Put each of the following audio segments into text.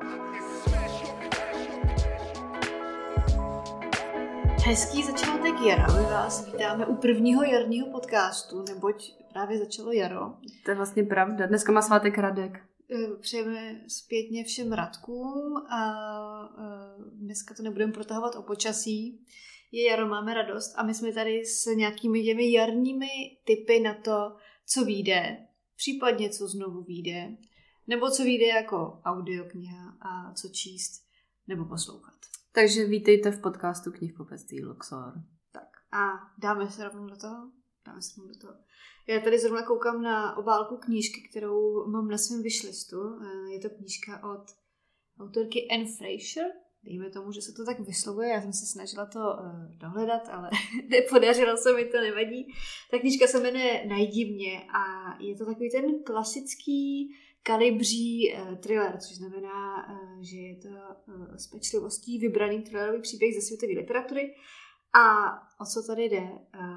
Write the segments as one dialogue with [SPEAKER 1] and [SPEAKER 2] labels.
[SPEAKER 1] Hezký začátek jara. My vás vítáme u prvního jarního podcastu, neboť právě začalo jaro.
[SPEAKER 2] To je vlastně pravda. Dneska má svátek Radek.
[SPEAKER 1] Přejeme zpětně všem Radkům a dneska to nebudeme protahovat o počasí. Je jaro, máme radost a my jsme tady s nějakými těmi jarními tipy na to, co vyjde, případně co znovu vyjde, nebo co vyjde jako audiokniha a co číst nebo poslouchat.
[SPEAKER 2] Takže vítejte v podcastu Knihkupectví Luxor.
[SPEAKER 1] Tak a dáme se rovnou do toho? Já tady zrovna koukám na obálku knížky, kterou mám na svém wishlistu. Je to knížka od autorky Anne Fraser. Dejme tomu, že se to tak vyslovuje. Já jsem se snažila to dohledat, ale nepodařilo se mi to, nevadí. Ta knížka se jmenuje Najdi mě a je to takový ten klasický kalibří thriller, což znamená, že je to s pečlivostí vybraný thrillerový příběh ze světové literatury. A o co tady jde?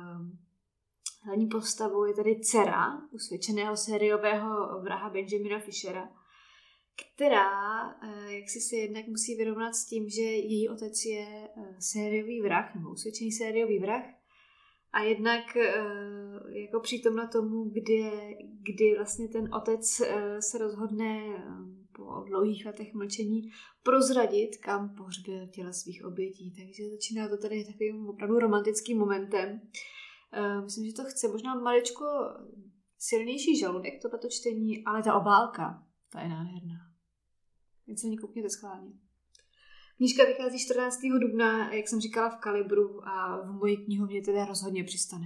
[SPEAKER 1] Hlavní postavou je tady dcera usvědčeného sériového vraha Benjamina Fishera, která jak si se jednak musí vyrovnat s tím, že její otec je sériový vrah, nebo usvědčený sériový vrah, a jednak jako přítomna tomu, kdy vlastně ten otec se rozhodne po dlouhých letech mlčení prozradit, kam pohřbil těla svých obětí. Takže začíná to tady takovým opravdu romantickým momentem. Myslím, že to chce možná maličko silnější žaludek, tohleto čtení, ale ta obálka, ta je nádherná. Jen se ní koukněte schválně. Knížka vychází 14. dubna, jak jsem říkala, v Kalibru a v mojí knihovně teda rozhodně přistane.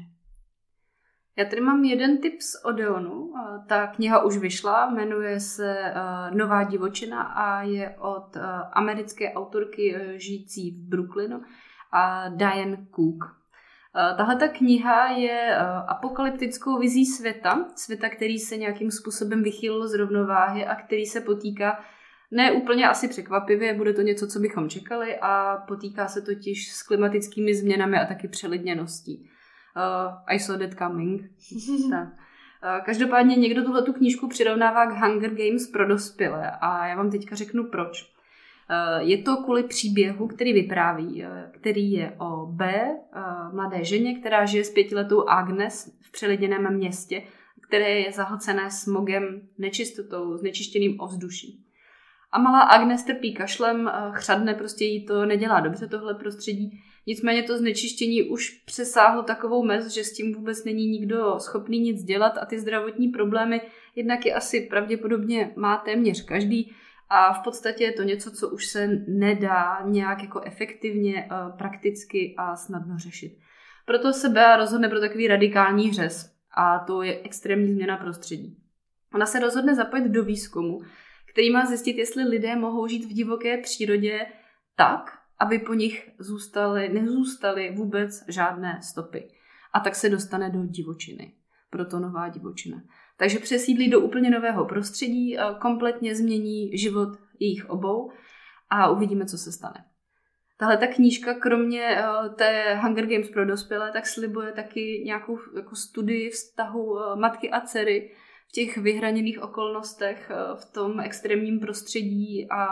[SPEAKER 2] Já tady mám jeden tip z Odeonu. Ta kniha už vyšla, jmenuje se Nová divočina a je od americké autorky žijící v Brooklynu a Diane Cook. Tahle ta kniha je apokalyptickou vizí světa, který se nějakým způsobem vychýlil z rovnováhy a který se potýká ne úplně asi překvapivě, bude to něco, co bychom čekali, a potýká se totiž s klimatickými změnami a taky přelidněností. I saw that coming. Tak. Každopádně někdo tuhletu knížku přirovnává k Hunger Games pro dospělé a já vám teďka řeknu proč. Je to kvůli příběhu, který vypráví, který je o mladé ženě, která žije s 5letou Agnes v přelidněném městě, které je zahlcené smogem, nečistotou, znečištěným ovzduším. A malá Agnes trpí kašlem, chřadne, prostě jí to nedělá dobře tohle prostředí. Nicméně to znečištění už přesáhlo takovou mez, že s tím vůbec není nikdo schopný nic dělat a ty zdravotní problémy jednak je asi pravděpodobně má téměř každý a v podstatě je to něco, co už se nedá nějak jako efektivně, prakticky a snadno řešit. Proto se Bea rozhodne pro takový radikální hřez a to je extrémní změna prostředí. Ona se rozhodne zapojit do výzkumu, který má zjistit, jestli lidé mohou žít v divoké přírodě tak, aby po nich nezůstaly vůbec žádné stopy. A tak se dostane do divočiny. Proto Nová divočina. Takže přesídlí do úplně nového prostředí, kompletně změní život jejich obou a uvidíme, co se stane. Tahle ta knížka, kromě té Hunger Games pro dospělé, tak slibuje taky nějakou jako studii vztahu matky a dcery v těch vyhraněných okolnostech, v tom extrémním prostředí a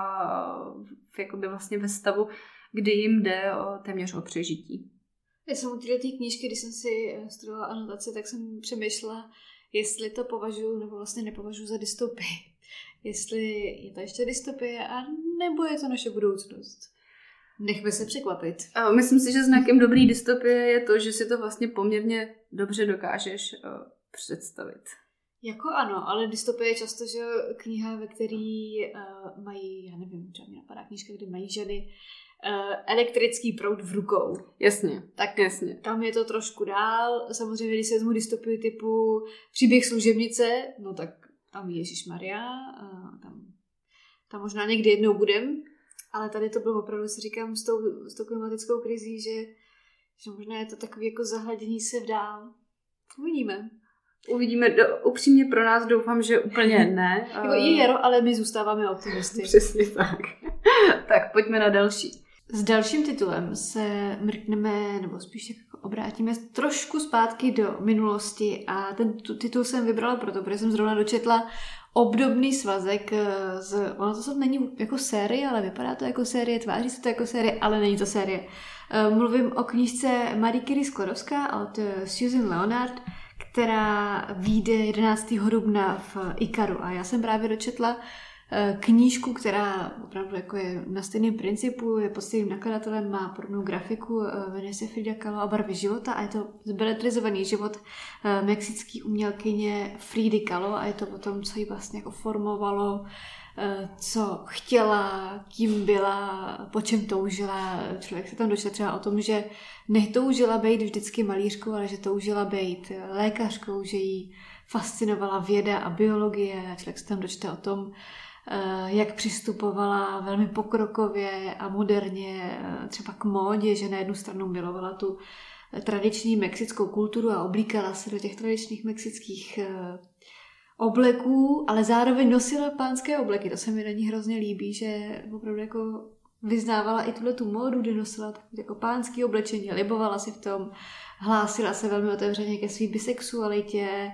[SPEAKER 2] jakoby vlastně ve stavu, kdy jim jde téměř o přežití.
[SPEAKER 1] Já jsem u této knížky, když jsem si studovala anotace, tak jsem přemýšlela, jestli to považuji nebo vlastně nepovažuji za dystopii. Jestli je to ještě dystopie a nebo je to naše budoucnost. Nechme se překvapit.
[SPEAKER 2] Myslím si, že znakem dobrý dystopie je to, že si to vlastně poměrně dobře dokážeš představit.
[SPEAKER 1] Jako ano, ale dystopie je často, že kniha, ve který mají, já nevím, třeba mě napadá knížka, kde mají ženy elektrický proud v rukou.
[SPEAKER 2] Jasně,
[SPEAKER 1] tak
[SPEAKER 2] jasně.
[SPEAKER 1] Tam je to trošku dál. Samozřejmě, když se vezmu dystopii typu Příběh služebnice, no tak tam Ježišmarja, tam možná někdy jednou budem, ale tady to bylo opravdu, si říkám, s tou klimatickou krizí, že možná je to takový jako zahladění se v dál. Uvidíme,
[SPEAKER 2] upřímně pro nás doufám, že úplně ne.
[SPEAKER 1] Je jaro, ale my zůstáváme optimisty.
[SPEAKER 2] Přesně tak. Tak pojďme na další.
[SPEAKER 1] S dalším titulem se mrkneme, nebo spíš jako obrátíme trošku zpátky do minulosti a ten titul jsem vybrala proto, protože jsem zrovna dočetla obdobný svazek ono to není jako série, ale vypadá to jako série, tváří se to jako série, ale není to série. Mluvím o knížce Marie Curie Sklodowská od Susan Leonard, která vyjde 11. dubna v Ikaru. A já jsem právě dočetla knížku, která opravdu jako je na stejném principu, je pod stejným nakladatelem, má podobnou grafiku, jmenuje se Frida Kahlo a barvy života a je to zbeletrizovaný život mexické umělkyně Fridy Kahlo a je to o tom, co ji vlastně jako formovalo, co chtěla, kým byla, po čem toužila. Člověk se tam dočte třeba o tom, že netoužila být vždycky malířkou, ale že toužila být lékařkou, že jí fascinovala věda a biologie. Člověk se tam dočte o tom, jak přistupovala velmi pokrokově a moderně třeba k módě, že na jednu stranu milovala tu tradiční mexickou kulturu a oblíkala se do těch tradičních mexických obleků, ale zároveň nosila pánské obleky. To se mi na ní hrozně líbí, že opravdu jako vyznávala i tu módu, kdy nosila jako pánský oblečení, libovala si v tom, hlásila se velmi otevřeně ke své bisexualitě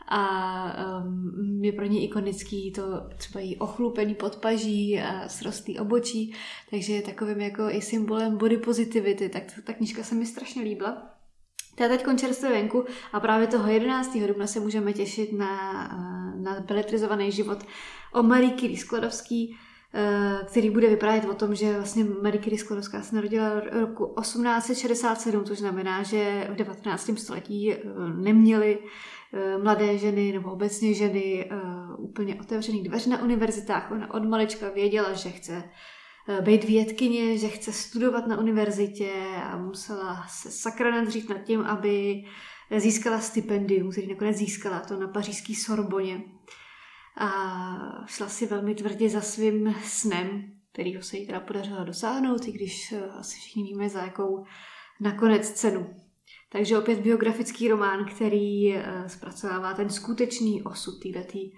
[SPEAKER 1] a je pro ní ikonický to třeba jí ochlupený podpaží a srostlý obočí, takže je takovým jako i symbolem body positivity, tak ta knížka se mi strašně líbila. To je teď čerstvě venku a právě toho 11. dubna se můžeme těšit na beletrizovaný život o Marie Curie Sklodowský, který bude vyprávět o tom, že vlastně Marie Curie Sklodowská se narodila roku 1867, což znamená, že v 19. století neměly mladé ženy nebo obecně ženy úplně otevřený dveře na univerzitách. Ona od malička věděla, že chce být vědkyně, že chce studovat na univerzitě a musela se sakra nadřít nad tím, aby získala stipendium, který nakonec získala to na pařížský Sorboně. A šla si velmi tvrdě za svým snem, kterýho se jí teda podařilo dosáhnout, i když asi všichni víme, za jakou nakonec cenu. Takže opět biografický román, který zpracovává ten skutečný osud této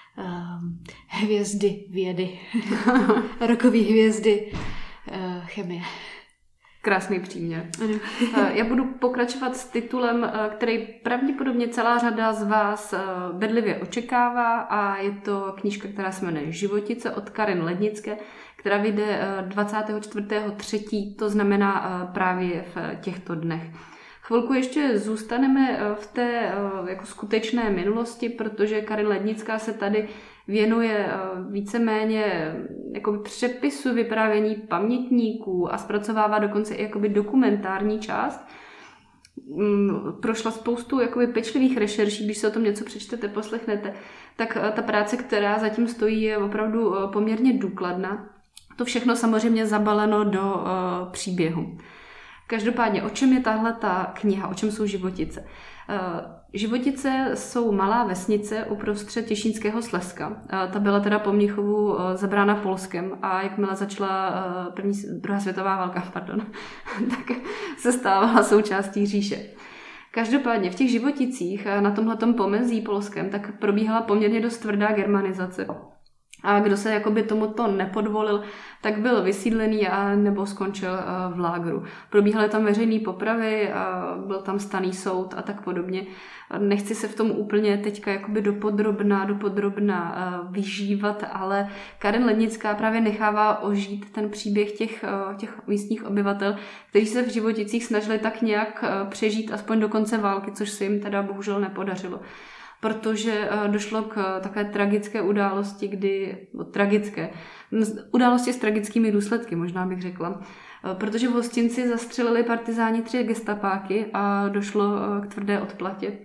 [SPEAKER 1] hvězdy vědy, rokový hvězdy chemie.
[SPEAKER 2] Krásný příměr. Já budu pokračovat s titulem, který pravděpodobně celá řada z vás bedlivě očekává a je to knížka, která se jmenuje Životice od Karin Lednické, která vyjde 24.3., to znamená právě v těchto dnech. Chvilku ještě zůstaneme v té jako skutečné minulosti, protože Karin Lednická se tady věnuje víceméně jakoby přepisu vyprávění pamětníků a zpracovává dokonce i jakoby dokumentární část. Prošla spoustu jakoby pečlivých rešerší, když se o tom něco přečtete, poslechnete, tak ta práce, která zatím stojí, je opravdu poměrně důkladná. To všechno samozřejmě zabaleno do příběhu. Každopádně, o čem je tahleta kniha, o čem jsou Životice? Životice jsou malá vesnice uprostřed Těšínského Slezska. Ta byla teda po Mnichovu zabrána Polskem a jakmile začala druhá světová válka, tak se stávala součástí říše. Každopádně v těch Životicích na tomhletom pomezí Polskem tak probíhala poměrně dost tvrdá germanizace. A kdo se jakoby tomuto nepodvolil, tak byl vysídlený a nebo skončil v lágru. Probíhaly tam veřejné popravy, byl tam stanný soud a tak podobně. Nechci se v tom úplně teďka jakoby dopodrobna vyžívat, ale Karin Lednická právě nechává ožít ten příběh těch místních obyvatel, kteří se v Životicích snažili tak nějak přežít aspoň do konce války, což se jim teda bohužel nepodařilo. Protože došlo k takové tragické události, události s tragickými důsledky, možná bych řekla. Protože v hostinci zastřelili partizáni 3 gestapáky a došlo k tvrdé odplatě.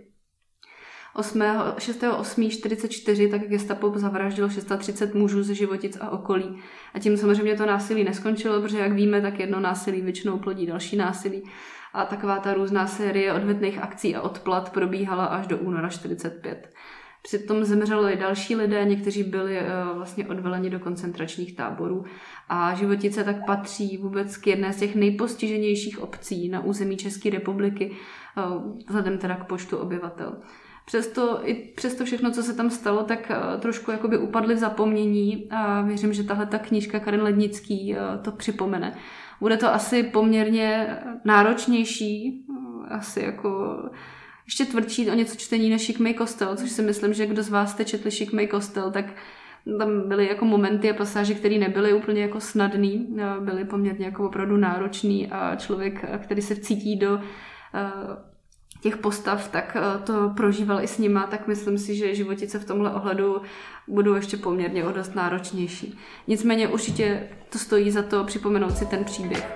[SPEAKER 2] 6.8.44 tak gestapo zavraždilo 630 mužů ze Životic a okolí. A tím samozřejmě to násilí neskončilo, protože jak víme, tak jedno násilí většinou plodí další násilí. A taková ta různá série odvetných akcí a odplat probíhala až do února 1945. Přitom zemřeli i další lidé, někteří byli vlastně odveleni do koncentračních táborů a Životice tak patří vůbec k jedné z těch nejpostiženějších obcí na území České republiky, vzhledem teda k počtu obyvatel. Přesto všechno, co se tam stalo, tak trošku jakoby upadly v zapomnění a věřím, že tahle ta knížka Karin Lednický to připomene. Bude to asi poměrně náročnější, asi jako ještě tvrdší o něco čtení než Šikmej kostel, což si myslím, že kdo z vás jste četli Šikmej kostel, tak tam byly jako momenty a pasáže, které nebyly úplně jako snadný, byly poměrně jako opravdu náročný a člověk, který se vcítí do těch postav, tak to prožíval i s nima, tak myslím si, že životice v tomhle ohledu budou ještě poměrně o dost náročnější. Nicméně určitě to stojí za to připomenout si ten příběh.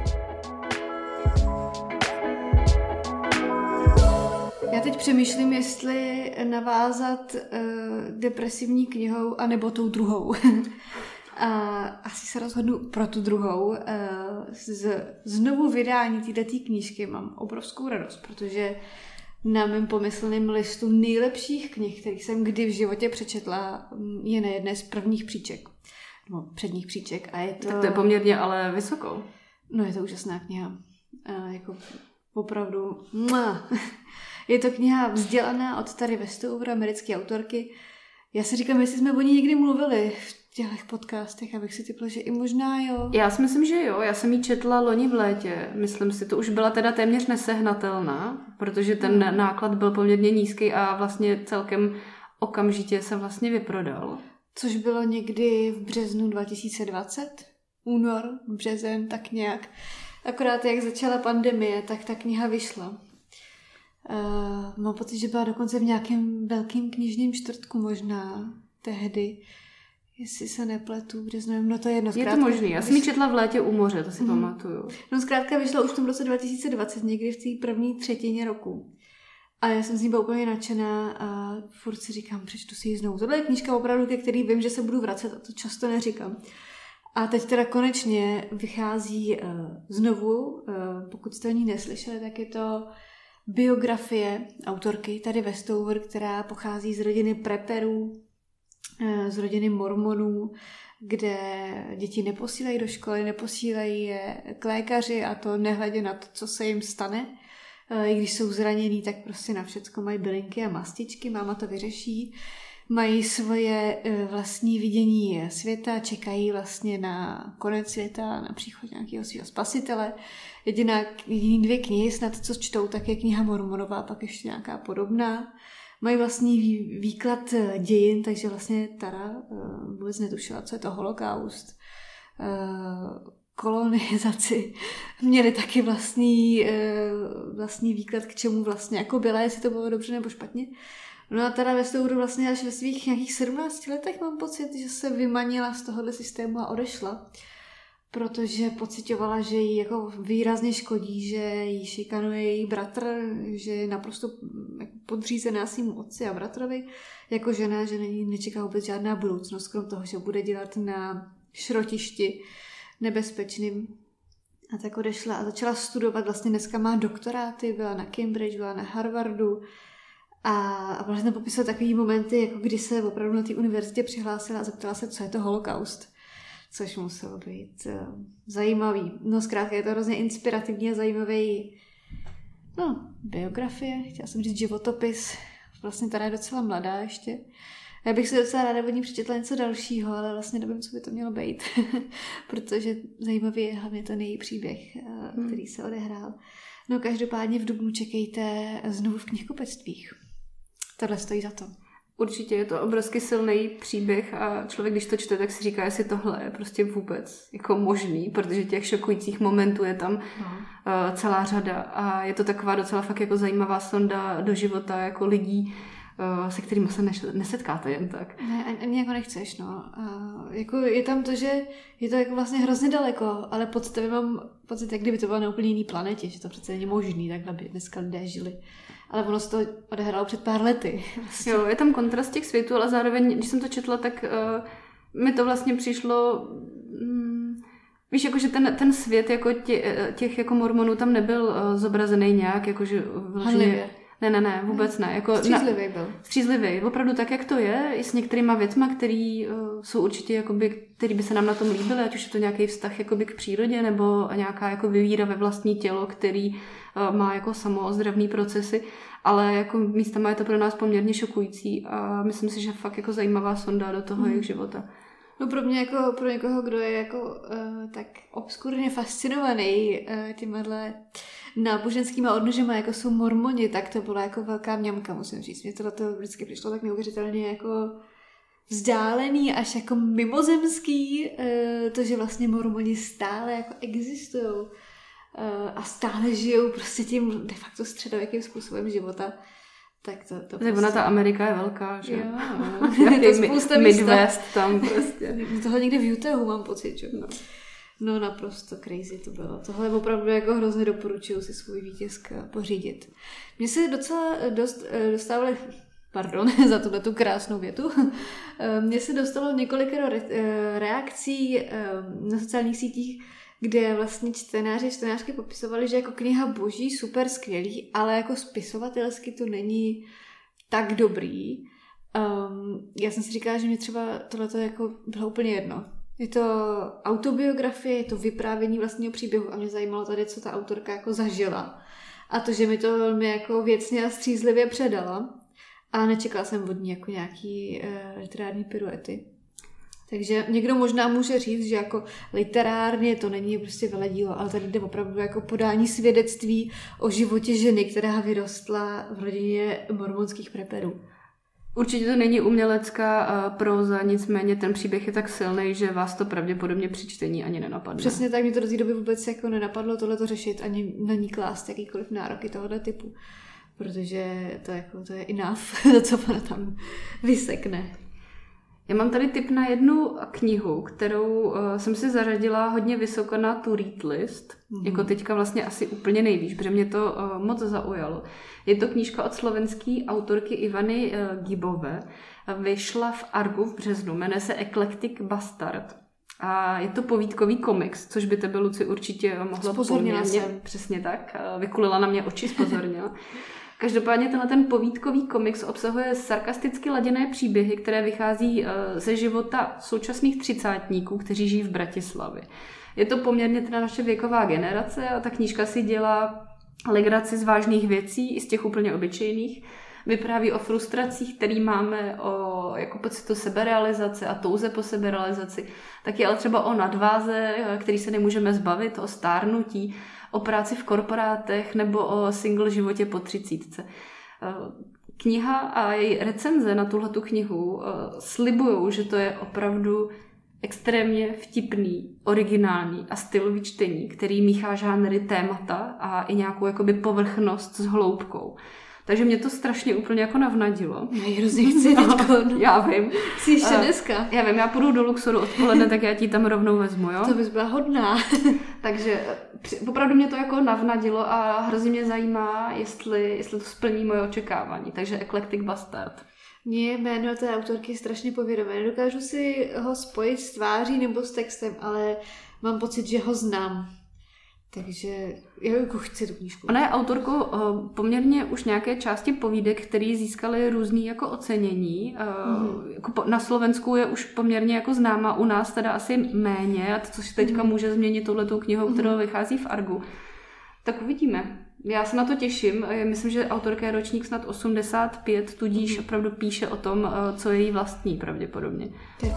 [SPEAKER 1] Já teď přemýšlím, jestli navázat depresivní knihou, anebo tou druhou. A asi se rozhodnu pro tu druhou. Znovu vydání této knížky mám obrovskou radost, protože na mém pomyslném listu nejlepších knih, kterých jsem kdy v životě přečetla, je na jedné z prvních příček. Nebo předních příček. A je to...
[SPEAKER 2] Tak to je poměrně ale vysokou.
[SPEAKER 1] No, je to úžasná kniha. Jako opravdu... Je to kniha vzdělaná od Tary Westover, americké autorky. Já si říkám, jestli jsme o ní někdy mluvili v těchto podcastech, abych si typla, že i možná jo.
[SPEAKER 2] Já si myslím, že jo. Já jsem ji četla loni v létě. Myslím si, to už byla teda téměř nesehnatelná, protože ten náklad byl poměrně nízký a vlastně celkem okamžitě se vlastně vyprodal.
[SPEAKER 1] Což bylo někdy v březnu 2020. Únor, březen, tak nějak. Akorát jak začala pandemie, tak ta kniha vyšla. Mám pocit, že byla dokonce v nějakém velkém knižním čtvrtku možná tehdy. Jestli se nepletu, březnem, no to je jedno.
[SPEAKER 2] Je to možný, já jsem ji četla v létě u moře, to si pamatuju.
[SPEAKER 1] No zkrátka vyšla už v tom roce 2020, někdy v té první třetině roku. A já jsem z ní byla úplně nadšená a furt si říkám, přečtu si ji znovu. Tohle je knížka opravdu, ke který vím, že se budu vracet a to často neříkám. A teď teda konečně vychází znovu, pokud jste o ní neslyšeli, tak je to biografie autorky Tary Westover, která pochází z rodiny preperů, z rodiny mormonů, kde děti neposílají do školy, neposílají je k lékaři a to nehledě na to, co se jim stane. I když jsou zranění, tak prostě na všecko mají bylinky a mastičky, máma to vyřeší. Mají svoje vlastní vidění světa, čekají vlastně konec světa, na příchod nějakého svého spasitele. Jediný 2 knihy, snad co čtou, tak je kniha Mormonová, pak ještě nějaká podobná. Mají vlastní výklad dějin, takže vlastně Tara vůbec netušila, co je to holokaust. Kolonizaci. Měli taky vlastní výklad, k čemu vlastně jako byla, jestli to bylo dobře nebo špatně. No a Tara Westover vlastně až ve svých nějakých 17 letech mám pocit, že se vymanila z tohohle systému a odešla. Protože pociťovala, že jí jako výrazně škodí, že jí šikanuje její bratr, že je naprosto podřízená svým otci a bratrovi jako žena, že nečeká vůbec žádná budoucnost, krom toho, že bude dělat na šrotišti nebezpečným. A tak odešla a začala studovat, vlastně dneska má doktoráty, byla na Cambridge, byla na Harvardu a vlastně popisuje takový momenty, jako kdy se opravdu na té univerzitě přihlásila a zeptala se, co je to holokaust. Což muselo být zajímavý. No zkrátka je to hrozně inspirativní a zajímavý biografie, chtěla jsem říct životopis. Vlastně Tara je docela mladá ještě. Já bych si docela ráda od ní přečetla něco dalšího, ale vlastně nevím, co by to mělo být. Protože zajímavý je hlavně ten její příběh, který se odehrál. No každopádně v dubnu čekejte znovu v knihkupectvích. Tohle stojí za to.
[SPEAKER 2] Určitě je to obrovsky silný příběh a člověk, když to čte, tak si říká, jestli tohle je prostě vůbec jako možný, protože těch šokujících momentů je tam celá řada a je to taková docela fakt jako zajímavá sonda do života jako lidí, se kterými se nesetkáte jen tak.
[SPEAKER 1] Ne, ani jako nechceš, no. Jako je tam to, že je to jako vlastně hrozně daleko, ale pod tebe mám pocit, jak kdyby to bylo na úplně jiný planetě, že to přece není možný, takhle by dneska lidé žili. Ale ono se to odehrálo před pár lety. Vlastně.
[SPEAKER 2] Jo, je tam kontrast těch světů, ale zároveň, když jsem to četla, tak mi to vlastně přišlo... víš, jako, že ten svět jako těch jako mormonů tam nebyl zobrazený nějak, jakože...
[SPEAKER 1] Hanlivě.
[SPEAKER 2] Ne, vůbec ne. Jako,
[SPEAKER 1] střízlivý byl.
[SPEAKER 2] Střízlivý, opravdu tak, jak to je, i s některýma věcma, které jsou určitě, jakoby, který by se nám na tom líbily, ať už je to nějaký vztah jakoby, k přírodě, nebo nějaká jako víra ve vlastní tělo, který má jako samoozdravný procesy, ale jako místama je to pro nás poměrně šokující a myslím si, že fakt jako zajímavá sonda do toho jejich života.
[SPEAKER 1] No pro mě jako pro někoho, kdo je jako tak obskurně fascinovaný těmahle náboženskýma odnožema, jako jsou mormoni, tak to byla jako velká mňamka, musím říct. Mě tohle vždycky přišlo tak neuvěřitelně jako vzdálený, až jako mimozemský, to, že vlastně mormoni stále jako existujou a stále žijou prostě tím de facto středověkým způsobem života. Tak
[SPEAKER 2] prostě... ona ta Amerika je velká, že?
[SPEAKER 1] Jo. Je to spousta
[SPEAKER 2] Midwest tam prostě.
[SPEAKER 1] Tohle někde v Utahu mám pocit, že? No naprosto crazy to bylo. Tohle opravdu jako hrozně doporučuju si svůj výtisk pořídit. Mně se docela dost dostávaly, pardon za tu krásnou větu, mně se dostalo několik reakcí na sociálních sítích, kde vlastně čtenářky popisovali, že jako kniha boží super skvělý, ale jako spisovatelsky to není tak dobrý. Já jsem si říkala, že mě třeba tohleto jako bylo úplně jedno. Je to autobiografie, je to vyprávění vlastního příběhu a mě zajímalo tady, co ta autorka jako zažila. A to, že mi to velmi jako věcně a střízlivě předala. A nečekala jsem od ní jako nějaký literární piruety. Takže někdo možná může říct, že jako literárně to není prostě veledílo, ale tady jde opravdu jako podání svědectví o životě ženy, která vyrostla v rodině mormonských preperů.
[SPEAKER 2] Určitě to není umělecká próza, nicméně ten příběh je tak silný, že vás to pravděpodobně při čtení ani nenapadne.
[SPEAKER 1] Přesně tak, mě to do té doby vůbec jako nenapadlo tohleto řešit, ani na ní klást jakýkoliv nároky tohoto typu. Protože to je enough, co ona tam vysekne.
[SPEAKER 2] Já mám tady tip na jednu knihu, kterou jsem si zařadila hodně vysoko na tu read list, jako teďka vlastně asi úplně nejvíc, protože mě to moc zaujalo. Je to knížka od slovenské autorky Ivany Gibové. Vyšla v Argu v březnu, jmenuje se Eclectic Bastard. A je to povídkový komiks, což by tebe, Luci, určitě mohla poměrně. Přesně tak, vykulila na mě oči, spozornila. Každopádně ten povídkový komiks obsahuje sarkasticky laděné příběhy, které vychází ze života současných třicátníků, kteří žijí v Bratislavě. Je to poměrně teda naše věková generace a ta knížka si dělá legraci z vážných věcí, i z těch úplně obyčejných. Vypráví o frustracích, které máme, o jako pocitu seberealizace a touze po seberealizaci. Taky ale třeba o nadváze, který se nemůžeme zbavit, o stárnutí, o práci v korporátech nebo o single životě po 30. Kniha a její recenze na tuhletu knihu slibujou, že to je opravdu extrémně vtipný, originální a stylový čtení, který míchá žánry, témata a i nějakou jakoby povrchnost s hloubkou. Takže mě to strašně úplně jako navnadilo.
[SPEAKER 1] Já hrozně chci teďko.
[SPEAKER 2] Já vím.
[SPEAKER 1] Jsi ještě dneska.
[SPEAKER 2] Já vím, já půjdu do Luxoru odpoledne, tak já ti tam rovnou vezmu, jo?
[SPEAKER 1] To bys byla hodná.
[SPEAKER 2] Takže opravdu mě to jako navnadilo a hrozně mě zajímá, jestli to splní moje očekávání. Takže Eclectic Bastard.
[SPEAKER 1] Mně jméno té autorky strašně povědomé. Nedokážu si ho spojit s tváří nebo s textem, ale mám pocit, že ho znám. Takže já jako chci tu knížku.
[SPEAKER 2] Ona je autorkou poměrně už nějaké části povídek, které získaly různý jako ocenění. Jako na Slovensku je už poměrně jako známa, u nás teda asi méně, a to, co si teďka může změnit touhletou knihou, kterou vychází v Argu. Tak uvidíme. Já se na to těším. Myslím, že autorka je ročník snad 85, tudíž opravdu píše o tom, co je jí vlastní pravděpodobně.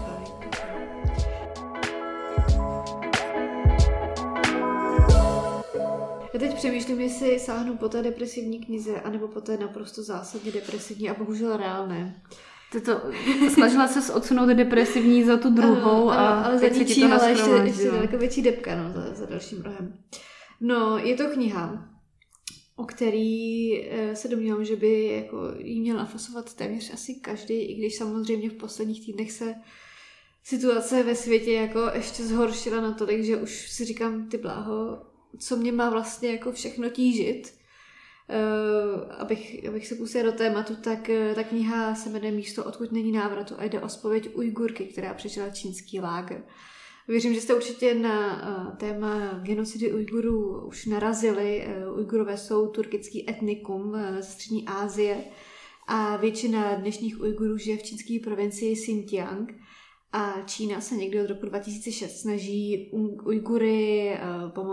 [SPEAKER 1] Já teď přemýšlím, jestli sáhnu po té depresivní knize, anebo po té naprosto zásadně depresivní a bohužel reálné.
[SPEAKER 2] Snažila se odsunout depresivní za tu druhou
[SPEAKER 1] ale za ničí, ale ještě daleko větší depka za dalším rohem. No, je to kniha, o který se domnívám, že by jako jí měl nafasovat téměř asi každý, i když samozřejmě v posledních týdnech se situace ve světě jako ještě zhoršila natolik, že už si říkám, ty bláho, co mě má vlastně jako všechno tížit. Abych se pustila do tématu, tak ta kniha se jmenuje Místo, odkud není návratu a jde o zpověď Ujgurky, která přežila čínský lágr. Věřím, že jste určitě na téma genocidy Ujgurů už narazili. Ujgurové jsou turkický etnikum ze střední Asie a většina dnešních Ujgurů žije v čínské provincii Xinjiang. A Čína se někdy od roku 2006 snaží Ujgury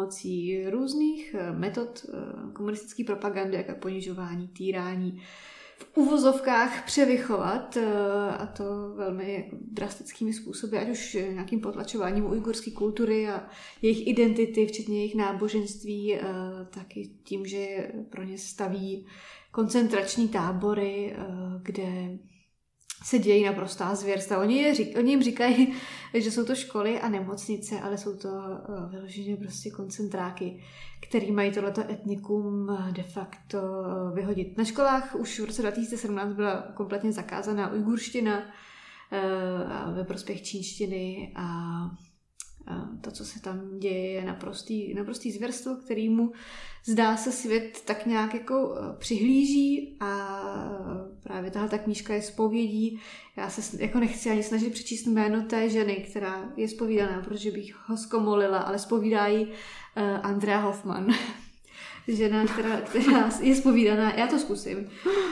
[SPEAKER 1] pomocí různých metod komunistické propagandy, jako ponižování, týrání, v uvozovkách převychovat, a to velmi jako drastickými způsoby, ať už nějakým potlačováním ujgurské kultury a jejich identity, včetně jejich náboženství, tak i tím, že pro ně staví koncentrační tábory, kde se dějí naprostá zvěrstva. Oni jim říkají, že jsou to školy a nemocnice, ale jsou to vyloženě prostě koncentráky, který mají tohleto etnikum de facto vyhodit. Na školách už v roce 2017 byla kompletně zakázaná ujgurština ve prospěch čínštiny a to, co se tam děje, je naprostý zvěrstvo, kterému zdá se svět tak nějak jako přihlíží a právě tahle ta knížka je zpovědí. Já se jako nechci ani snažit přečíst jméno té ženy, která je zpovídaná, protože bych ho zkomolila, ale zpovídá ji Andrea Hoffman. Žena, která je zpovídaná, já to zkusím.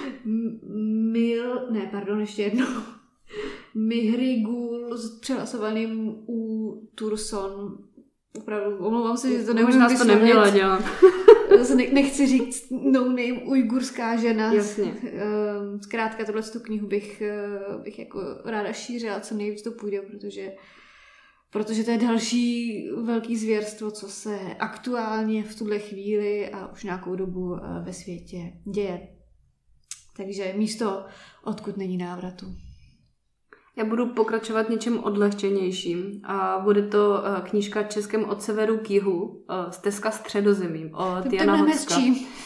[SPEAKER 1] Ještě jednou. Mihri Gul s přehlasovaným U Turson. Opravdu, omlouvám se, že to nemůžu
[SPEAKER 2] vyslovit. Možná to neměla dělat.
[SPEAKER 1] Nechci říct no name ujgurská žena.
[SPEAKER 2] Jasně.
[SPEAKER 1] Zkrátka tu knihu bych jako ráda šířila, co nejvíc to půjde, protože to je další velký zvěrstvo, co se aktuálně v tuhle chvíli a už nějakou dobu ve světě děje. Takže místo, odkud není návratu.
[SPEAKER 2] Já budu pokračovat něčem odlehčenějším a bude to knížka Českem od severu k jihu, Stezka středozemím od Jana Hocka.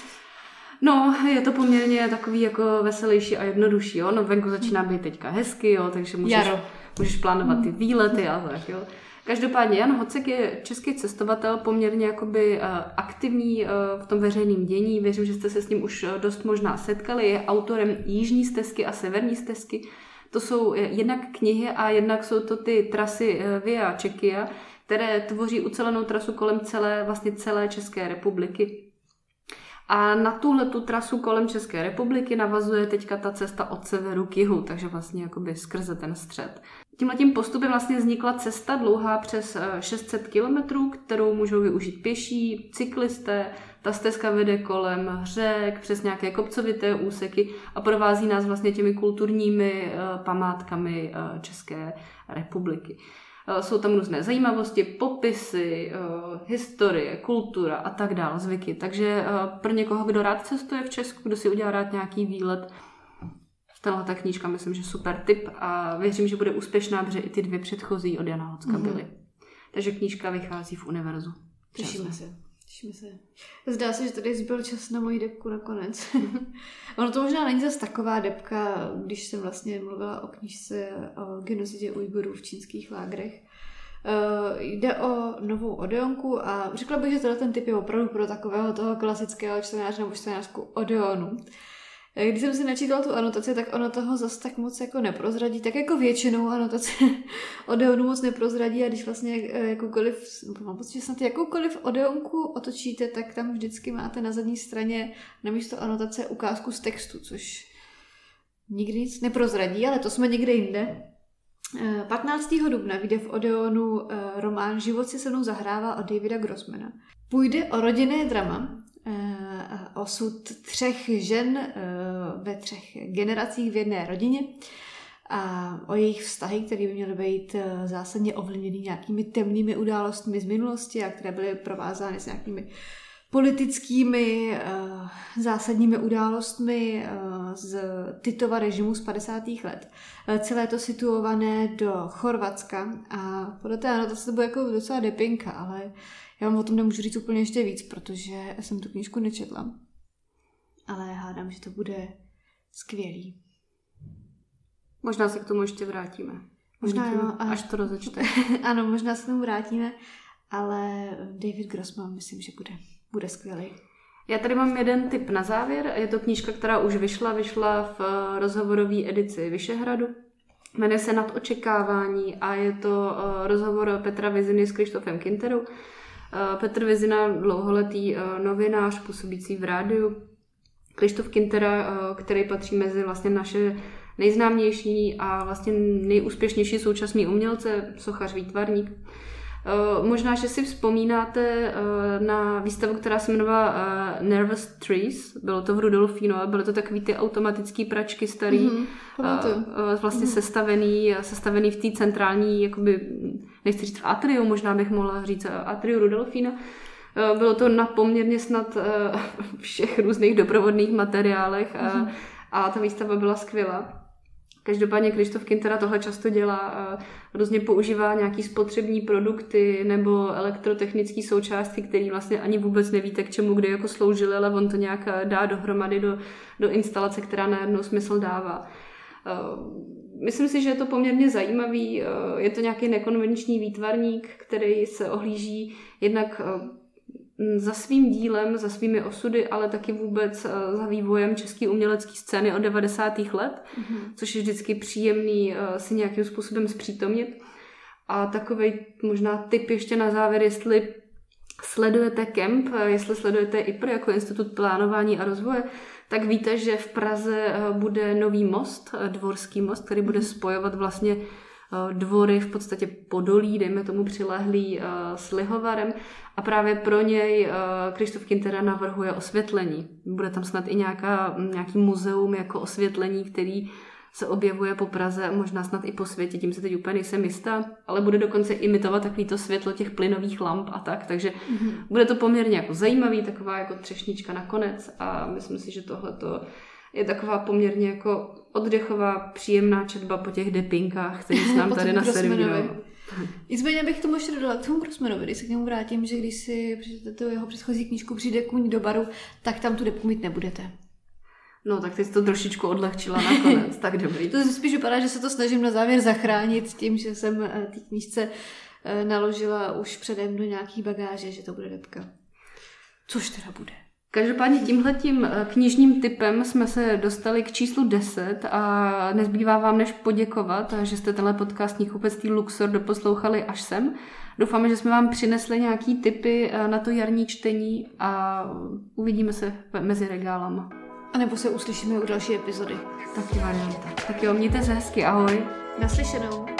[SPEAKER 2] No, je to poměrně takový jako veselější a jednodušší, jo. No, venku začíná být teďka hezky, jo, takže můžeš plánovat ty výlety a tak, jo. Každopádně Jan Hocek je český cestovatel, poměrně jakoby aktivní v tom veřejném dění. Věřím, že jste se s ním už dost možná setkali. Je autorem Jižní stezky a Severní stezky. To jsou jednak knihy a jednak jsou to ty trasy Via Czechia, které tvoří ucelenou trasu kolem celé České republiky. A na tuhletu trasu kolem České republiky navazuje teďka ta cesta od severu k jihu, takže vlastně jakoby skrze ten střed. Tímhletím postupem vlastně vznikla cesta dlouhá přes 600 kilometrů, kterou můžou využít pěší, cyklisté. Ta stezka vede kolem řek, přes nějaké kopcovité úseky a provází nás vlastně těmi kulturními památkami České republiky. Jsou tam různé zajímavosti, popisy, historie, kultura a tak dále, zvyky. Takže pro někoho, kdo rád cestuje v Česku, kdo si udělá rád nějaký výlet, tato knížka myslím, že super tip a věřím, že bude úspěšná, protože i ty 2 předchozí od Jana Hocka byly. Takže knížka vychází v univerzu.
[SPEAKER 1] Těšíme se. Zdá se, že tady zbyl čas na moji debku nakonec. Ono to možná není zase taková debka, když jsem vlastně mluvila o knížce o genocidě Ujgurů v čínských lágrech. Jde o novou Odeonku a řekla bych, že ten typ je opravdu pro takového toho klasického čtenáře nebo čtenářku Odeonu. Když jsem si načítala tu anotaci, tak ono toho zase tak moc jako neprozradí, tak jako většinou anotace Odeonu moc neprozradí a když vlastně jakoukoliv Odeonku otočíte, tak tam vždycky máte na zadní straně namísto anotace ukázku z textu, což nikdy nic neprozradí, ale to jsme někde jinde. 15. dubna vyjde v Odeonu román Život si se mnou zahrává od Davida Grossmana. Půjde o rodinné drama, osud 3 žen ve 3 generacích v jedné rodině a o jejich vztahy, které by měly být zásadně ovlivněny nějakými temnými událostmi z minulosti a které byly provázány s nějakými politickými zásadními událostmi z Titova režimu z 50. let. Celé to situované do Chorvatska a podle té anotace to bude jako docela depinka, ale já vám o tom nemůžu říct úplně ještě víc, protože jsem tu knížku nečetla. Ale hádám, že to bude skvělý.
[SPEAKER 2] Možná se k tomu ještě vrátíme.
[SPEAKER 1] Možná jo.
[SPEAKER 2] Až to rozečte.
[SPEAKER 1] Ano, možná se k tomu vrátíme, ale David Grossman myslím, že bude skvělý.
[SPEAKER 2] Já tady mám jeden tip na závěr. Je to knížka, která už vyšla v rozhovorové edici Vyšehradu. Jmenuje se Nad očekávání a je to rozhovor Petra Viziny s Krištofem Kinterou. Petr Vizina, dlouholetý novinář, působící v rádiu. Krištof Kintera, který patří mezi vlastně naše nejznámější a vlastně nejúspěšnější současný umělce, sochař, výtvarník. Možná, že si vzpomínáte na výstavu, která se jmenovala Nervous Trees. Bylo to v Rudolfínu, byly to takový ty automatický pračky starý, vlastně sestavený v té centrální, jakoby, nechci říct v atriu, možná bych mohla říct atriu Rudolfína. Bylo to na poměrně snad všech různých doprovodných materiálech a ta výstava byla skvělá. Každopádně Kryštof Kintera tohle často dělá, různě používá nějaký spotřební produkty nebo elektrotechnické součástky, které vlastně ani vůbec nevíte, k čemu kdy jako sloužily, ale on to nějak dá dohromady do instalace, která najednou smysl dává. Myslím si, že je to poměrně zajímavý. Je to nějaký nekonvenční výtvarník, který se ohlíží jednak za svým dílem, za svými osudy, ale taky vůbec za vývojem české umělecké scény od 90. let, což je vždycky příjemný si nějakým způsobem zpřítomnit. A takovej možná tip ještě na závěr, jestli sledujete KEMP, jestli sledujete IPR jako Institut plánování a rozvoje, tak víte, že v Praze bude nový most, Dvorský most, který bude spojovat vlastně dvory v podstatě Podolí, dejme tomu přilehlý s Lihovarem a právě pro něj Kryštof Kintera navrhuje osvětlení. Bude tam snad i nějaký muzeum jako osvětlení, který se objevuje po Praze, možná snad i po světě, tím se teď úplně nejsem jistá, ale bude dokonce imitovat takovýto světlo těch plynových lamp a tak, takže bude to poměrně jako zajímavý, taková jako třešnička nakonec a myslím si, že tohleto je taková poměrně jako oddechová, příjemná četba po těch depinkách, které se nám tady naservírovaly.
[SPEAKER 1] Nicméně bych tomu ještě dodala k tomu Grossmanovi, když se k němu vrátím, že když si přečtete tu jeho předchozí knížku Přijde kůň do baru, tak tam tu depku mít nebudete.
[SPEAKER 2] No, tak ty jsi to trošičku odlehčila nakonec, tak dobrý.
[SPEAKER 1] To spíš vypadá, že se to snažím na závěr zachránit tím, že jsem té knížce naložila už předem do nějaký bagáže, že to bude depka. Což teda bude.
[SPEAKER 2] Každopádně tímhletím knižním tipem jsme se dostali k číslu 10 a nezbývá vám než poděkovat, že jste tenhle podcast Knihkupectví Luxor doposlouchali až sem. Doufáme, že jsme vám přinesli nějaký tipy na to jarní čtení a uvidíme se mezi regálama.
[SPEAKER 1] A nebo se uslyšíme u další epizody.
[SPEAKER 2] Taky varianta. Tak jo, mějte se hezky, ahoj.
[SPEAKER 1] Naslyšenou.